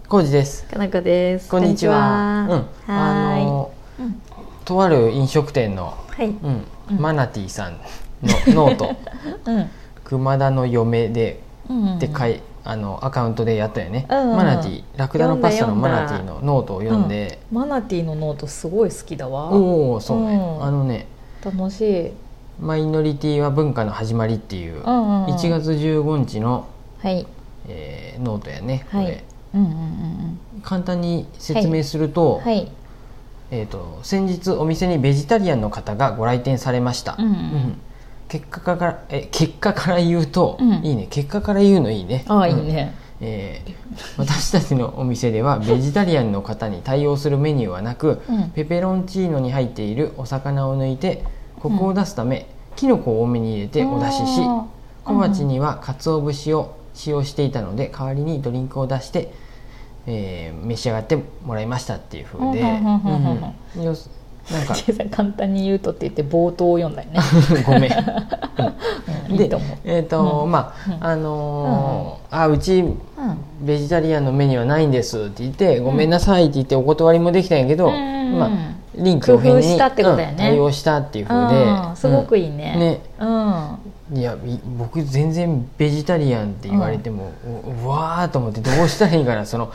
浩二です。 かなこです。 こんにちは。とある飲食店の、マナティさんのノート、熊田の嫁で、アカウントでやったよね。マナティ、ラクダのパスタのマナティのノートを読んで、 マナティのノートすごい好きだわ。 おお、そうね。 楽しい。 マイノリティは文化の始まりっていう1月15日のノートやね。これ簡単に説明すると、先日お店にベジタリアンの方がご来店されました。結果から言うと、いいね。結果から言うのいいね。 いいね。 私たちのお店ではベジタリアンの方に対応するメニューはなく、ペペロンチーノに入っているお魚を抜いてコクを出すため、きのこを多めに入れてお出しし、小鉢には鰹節を使用していたので代わりにドリンクを出して、召し上がってもらいましたっていう風で、なんか簡単に言うとって言って冒頭を読んだよね。 ごめん。で、うちベジタリアンのメニューはないんですって言って、ごめんなさいって言ってお断りもできたんやけど、臨機応変に対応したっていう風で、 すごくいいね。 いや、僕全然ベジタリアンって言われても、うわーと思ってどうしたらいいかな、聞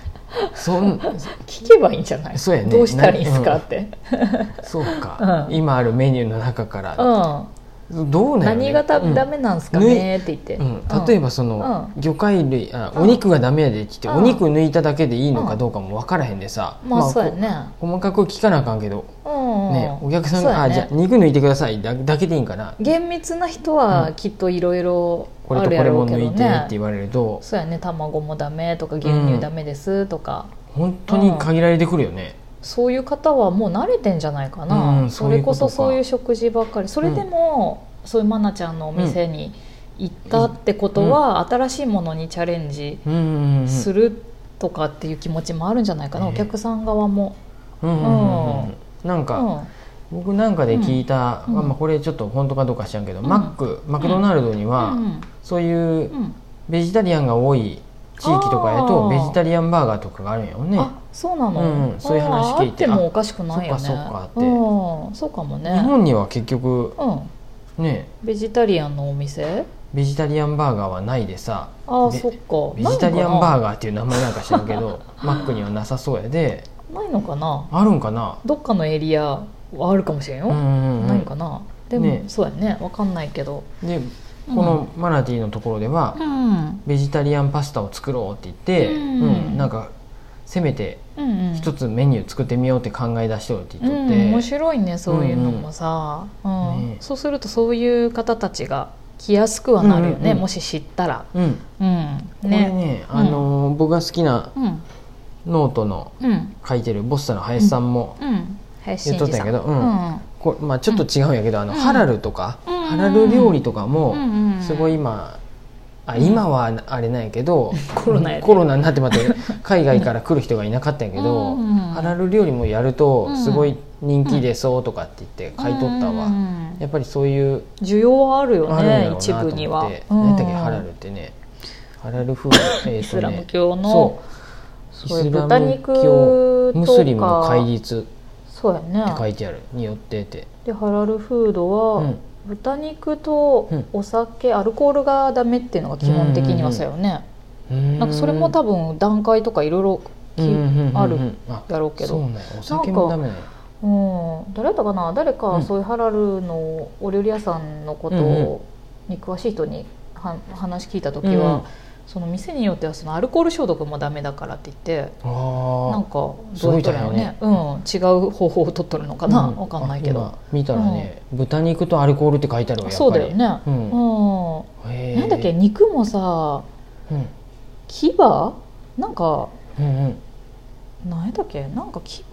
けばいいんじゃない？ そうやね。 どうしたらいいですかって。 そうか。今あるメニューの中からどうなの？ 何がダメなんですかねって言って。 例えば魚介類、お肉がダメやでって言ってお肉抜いただけでいいのかどうかも分からへんでさ。 そうやね。 細かく聞かなあかんけど。ね、お客さんがじゃあ肉抜いてくださいだけでいいんかな。 厳密な人はきっといろいろこれとこれも抜いてって言われると、 そうやね。卵もダメとか牛乳ダメですとか、 本当に限られてくるよね。 そういう方はもう慣れてんじゃないかな。それこそそういう食事ばっかり。それでもそういうマナちゃんのお店に行ったってことは、新しいものにチャレンジするとかっていう気持ちもあるんじゃないかな、お客さん側も。 なんか、僕なんかで聞いた、これちょっと本当かどうか知らんけど、マクドナルドには、そういうベジタリアンが多い地域とかやとベジタリアンバーガーとかがあるんやろね。 そうなの。 そういう話聞いて、 あってもおかしくないよね。そうかもね。 日本には結局ね、 ベジタリアンのお店、 ベジタリアンバーガーはないでさ。 そっか。 ベジタリアンバーガーっていう名前なんか知らんけどマックにはなさそうやで。 ないのかな。 あるんかな。 どっかのエリアはあるかもしれんよ。ないかな。でもそうやね、分かんないけど。でこのマナティのところでは、ベジタリアンパスタを作ろうって言って、なんかせめて一つメニュー作ってみようって考え出しておるって言っとって、 面白いね、そういうのもさ。そうするとそういう方たちが来やすくはなるよね、もし知ったら。これね、僕が好きなノートの書いてるボッサの林さんも言っとったんやけど、ちょっと違うんやけど、ハラルとかハラル料理とかもすごい今はあれなんやけど、コロナになってまって海外から来る人がいなかったんやけど、ハラル料理もやるとすごい人気出そうとかって言って書いとったわ。やっぱりそういう需要はあるよね、一部には。 何やったっけ、ハラルってね、ハラルフード、 イスラム教の豚肉とかムスリムの戒律って書いてあるによってて、 でハラルフードは豚肉とお酒、アルコールがダメっていうのが基本的にはそうよね。なんかそれも多分段階とかいろいろあるやろうけど、 お酒もダメね。 誰だったかな、誰かそういうハラルのお料理屋さんのことに詳しい人に話聞いた時は、その店によってはそのアルコール消毒もダメだからって言って、なんかどうやったらね、違う方法を取っとるのかな、分かんないけど。 見たらね、豚肉とアルコールって書いてあるわ。 そうだよね。なんだっけ、肉もさ、牙なんか何だっけ、なんか牙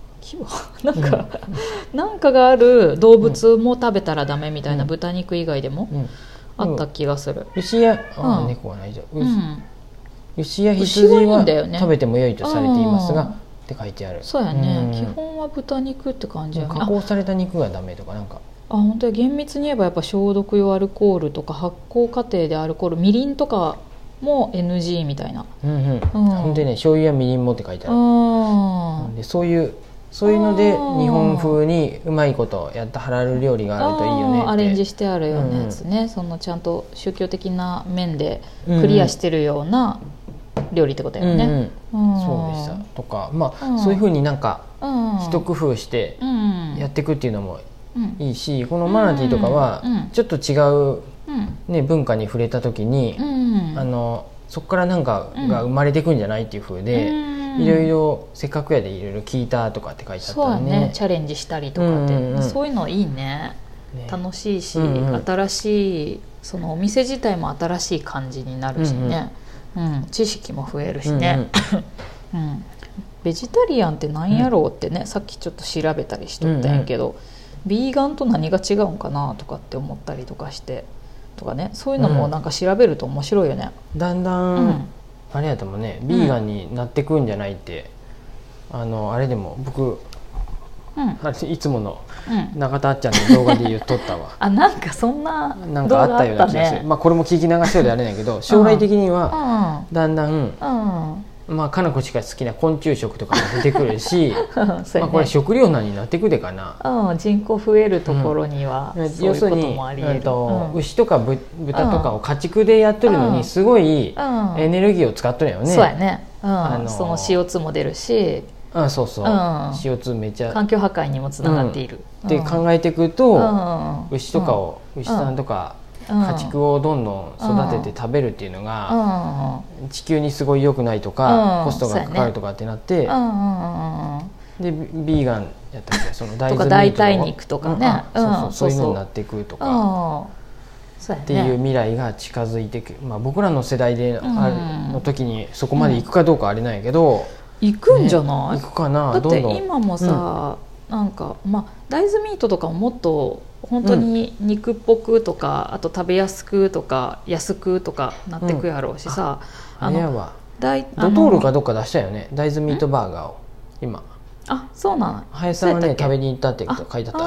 なんかがある動物も食べたらダメみたいな、豚肉以外でもあった気がする。 牛や猫はないじゃん。牛や羊は食べても良いとされていますがって書いてある。 そうやね、基本は豚肉って感じやね。 加工された肉がダメとかなんか。 本当に厳密に言えばやっぱ消毒用アルコールとか発酵過程でアルコール、みりんとかも NG みたいな、 ほんでね醤油やみりんもって書いてある。でそういうので日本風にうまいことやったハラル料理があるといいよねってアレンジしてあるようなやつね、そのちゃんと宗教的な面でクリアしてるような料理ってことだよね。 そうでしたとか、そういう風になんか一工夫してやっていくっていうのもいいし、このマナティーとかはちょっと違う、ね、文化に触れた時に、そこからなんかが生まれていくんじゃないっていう風で、いろいろせっかくやでいろいろ聞いたとかって書いてあったね。 そうね、チャレンジしたりとかって、そういうのいいね。楽しいし、新しいそのお店自体も新しい感じになるしね、知識も増えるしね。ベジタリアンって何やろうってね、さっきちょっと調べたりしとったんやけど、ビーガンと何が違うんかなとかって思ったりとかしてとかね、そういうのもなんか調べると面白いよね。 だんだん、あれやともね、ビーガンになってくんじゃないって、あれでも僕、いつもの中田あっちゃんの動画で言っとったわ。 なんかそんななんかあったような気がする。これも聞き流しそうであれないけど、将来的にはだんだんかなこしか好きな昆虫食とかも出てくるし、これ食糧難になってくでかな。 人口増えるところにはそういうこともありえる。 牛とか豚とかを家畜でやってるのにすごいエネルギーを使っとるよね。 そうやね。その CO2 も出るし、 そうそう、CO2 めっちゃ環境破壊にもつながっているって考えていくと、牛とかを牛さんとか家畜をどんどん育てて食べるっていうのが地球にすごい良くないとか、コストがかかるとかってなって、でビーガンやったっけ、その大豆ミートとか代替肉とかね、 そういうのになっていくとかっていう未来が近づいていく。僕らの世代での時にそこまで行くかどうかあれなんやけど、 行くんじゃない？ 行くかな。 だって今もさ、なんか大豆ミートとかももっと本当に肉っぽくとか、あと食べやすくとか安くとかなってくやろうしさ、 あれやわ、ドトールかどっか出したよね、大豆ミートバーガーを今。 そうなの。 林さんがね食べに行ったって書いてあった。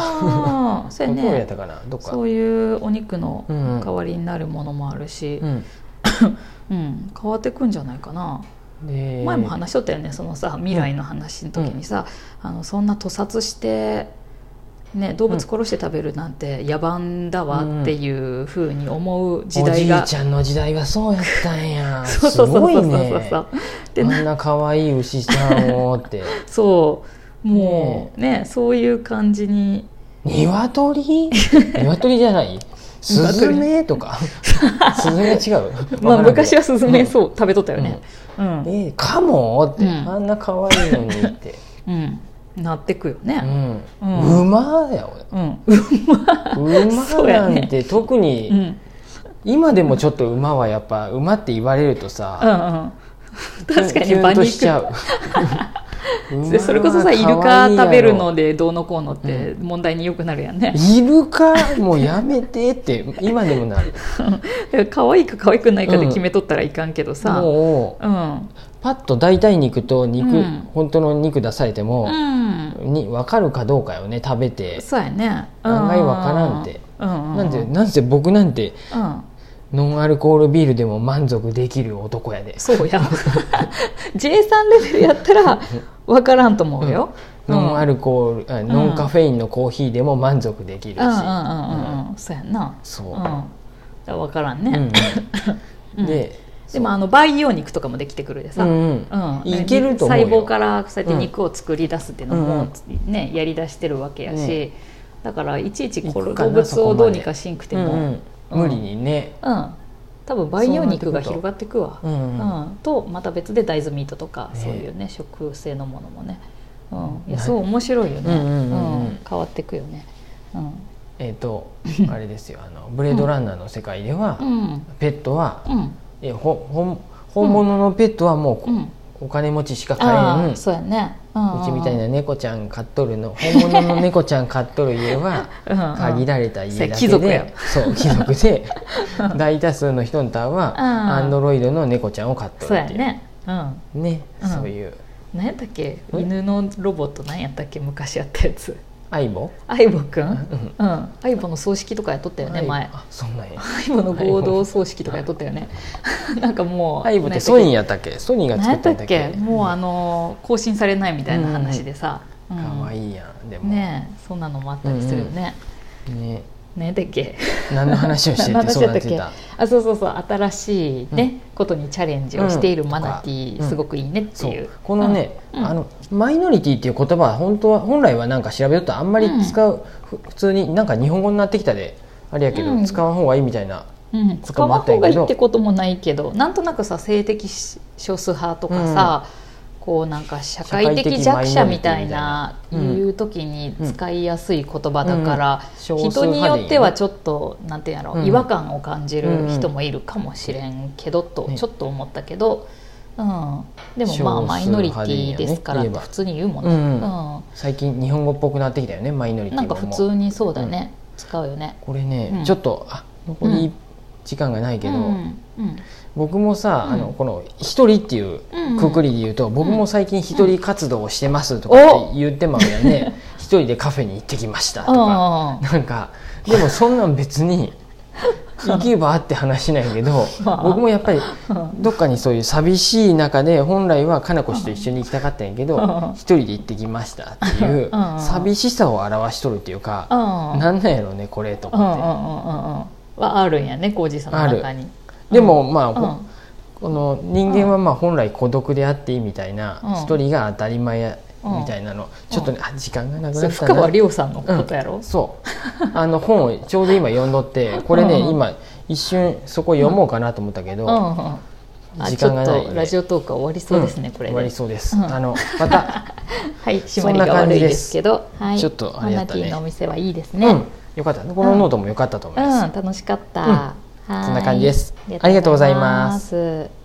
そうやね。 どこやったかな、どっか。 そういうお肉の代わりになるものもあるし、変わってくんじゃないかな。前も話しとったよね、そのさ未来の話の時にさ、そんな屠殺してね、動物殺して食べるなんて野蛮だわっていうふうに思う時代が、 おじいちゃんの時代がそうやったんや。すごいね。あんな可愛い牛さんをってそうもうね、そういう感じに。 鶏じゃない、スズメとか。スズメ違う。 昔はスズメそう食べとったよね。 カモってあんな可愛いのにってなってくよね。 馬だよ。馬なんて特に今でもちょっと馬はやっぱ馬って言われるとさ、 確かにキュンとしちゃう。 それこそさ、イルカ食べるのでどうのこうのって問題によくなるやんね。 イルカもうやめてって今でもなる。 可愛いか可愛くないかで決めとったらいかんけどさ、 もうパッと代替肉と肉、本当の肉出されても分かるかどうかよね、食べて。 そうやね、 案外分からんって。なんで僕なんてノンアルコールビールでも満足できる男やで。 そうやJ さんレベルやったら分からんと思うよ。 ノンアルコール、ノンカフェインのコーヒーでも満足できるし。 そうやんな。 そう分からんね。でも培養肉とかもできてくるでさ、 いけると思うよ。 細胞からそうやって肉を作り出すっていうのもね、やりだしてるわけやし、だからいちいち動物をどうにかしんくても無理にね、 多分培養肉が広がっていくわ。とまた別で大豆ミートとかそういうね食性のものもね、いやそう面白いよね。変わっていくよね。 あれですよ、ブレードランナーの世界ではペットは本物のペットはもうお金持ちしか飼えん。 そうやね。 うちみたいな猫ちゃん飼っとるの、本物の猫ちゃん飼っとる家は限られた家だけで、 貴族や。 そう貴族で大多数の人の他はアンドロイドの猫ちゃんを飼っとるっていう。 そうやね。 ね、そういう。 何やったっけ、犬のロボット何やったっけ、昔やったやつ。 相棒くん、相棒の葬式とかやっとったよね前。 そんなんや。 相棒の合同葬式とかやっとったよね。なんかもう相棒ってソニーやったっけ？ソニーが作ったんだっけ？ もう更新されないみたいな話でさ。 かわいいやん。でもね、そんなのもあったりするよね。ねだっけ。 何の話をしててそうなってた。 そう新しいねことにチャレンジをしているマナティーすごくいいねっていう。 このねマイノリティっていう言葉は本来はなんか調べるとあんまり使う普通になんか日本語になってきたであれやけど使わん方がいいみたいな使わん方がいいってこともないけど、なんとなくさ性的少数派とかさ、こうなんか社会的弱者みたいないう時に使いやすい言葉だから、人によってはちょっとなんていうんやろ、違和感を感じる人もいるかもしれんけどとちょっと思ったけど、でもまあマイノリティですからって普通に言うもんね。 最近日本語っぽくなってきたよね、マイノリティも。 なんか普通にそうだね、使うよね。 これねちょっと残り時間がないけど、僕もさこの一人っていうくくりで言うと、僕も最近一人活動をしてますとかって言ってまうやね。一人でカフェに行ってきましたとか、なんかでもそんなん別に行けばって話なんやけど、僕もやっぱりどっかにそういう寂しい中で本来はかなこ氏と一緒に行きたかったんやけど、一人で行ってきましたっていう寂しさを表しとるっていうか、なんなんやろうねこれと思ってはあるんやね、浩司さんの中に。 でもまあこの人間はまあ本来孤独であっていいみたいな、一人が当たり前やみたいなのちょっとね時間がなくなったな。 深川亮さんのことやろ。 そう本をちょうど今読んどって、これね今一瞬そこ読もうかなと思ったけど時間がない。 ちょっとラジオトークは終わりそうですねこれで。 終わりそうです。またはい締まりが悪いですけど、 ちょっとあれやったね。 マナティーのお店はいいですね。 よかった。このノートもよかったと思います。 楽しかった。 そんな感じです。ありがとうございます。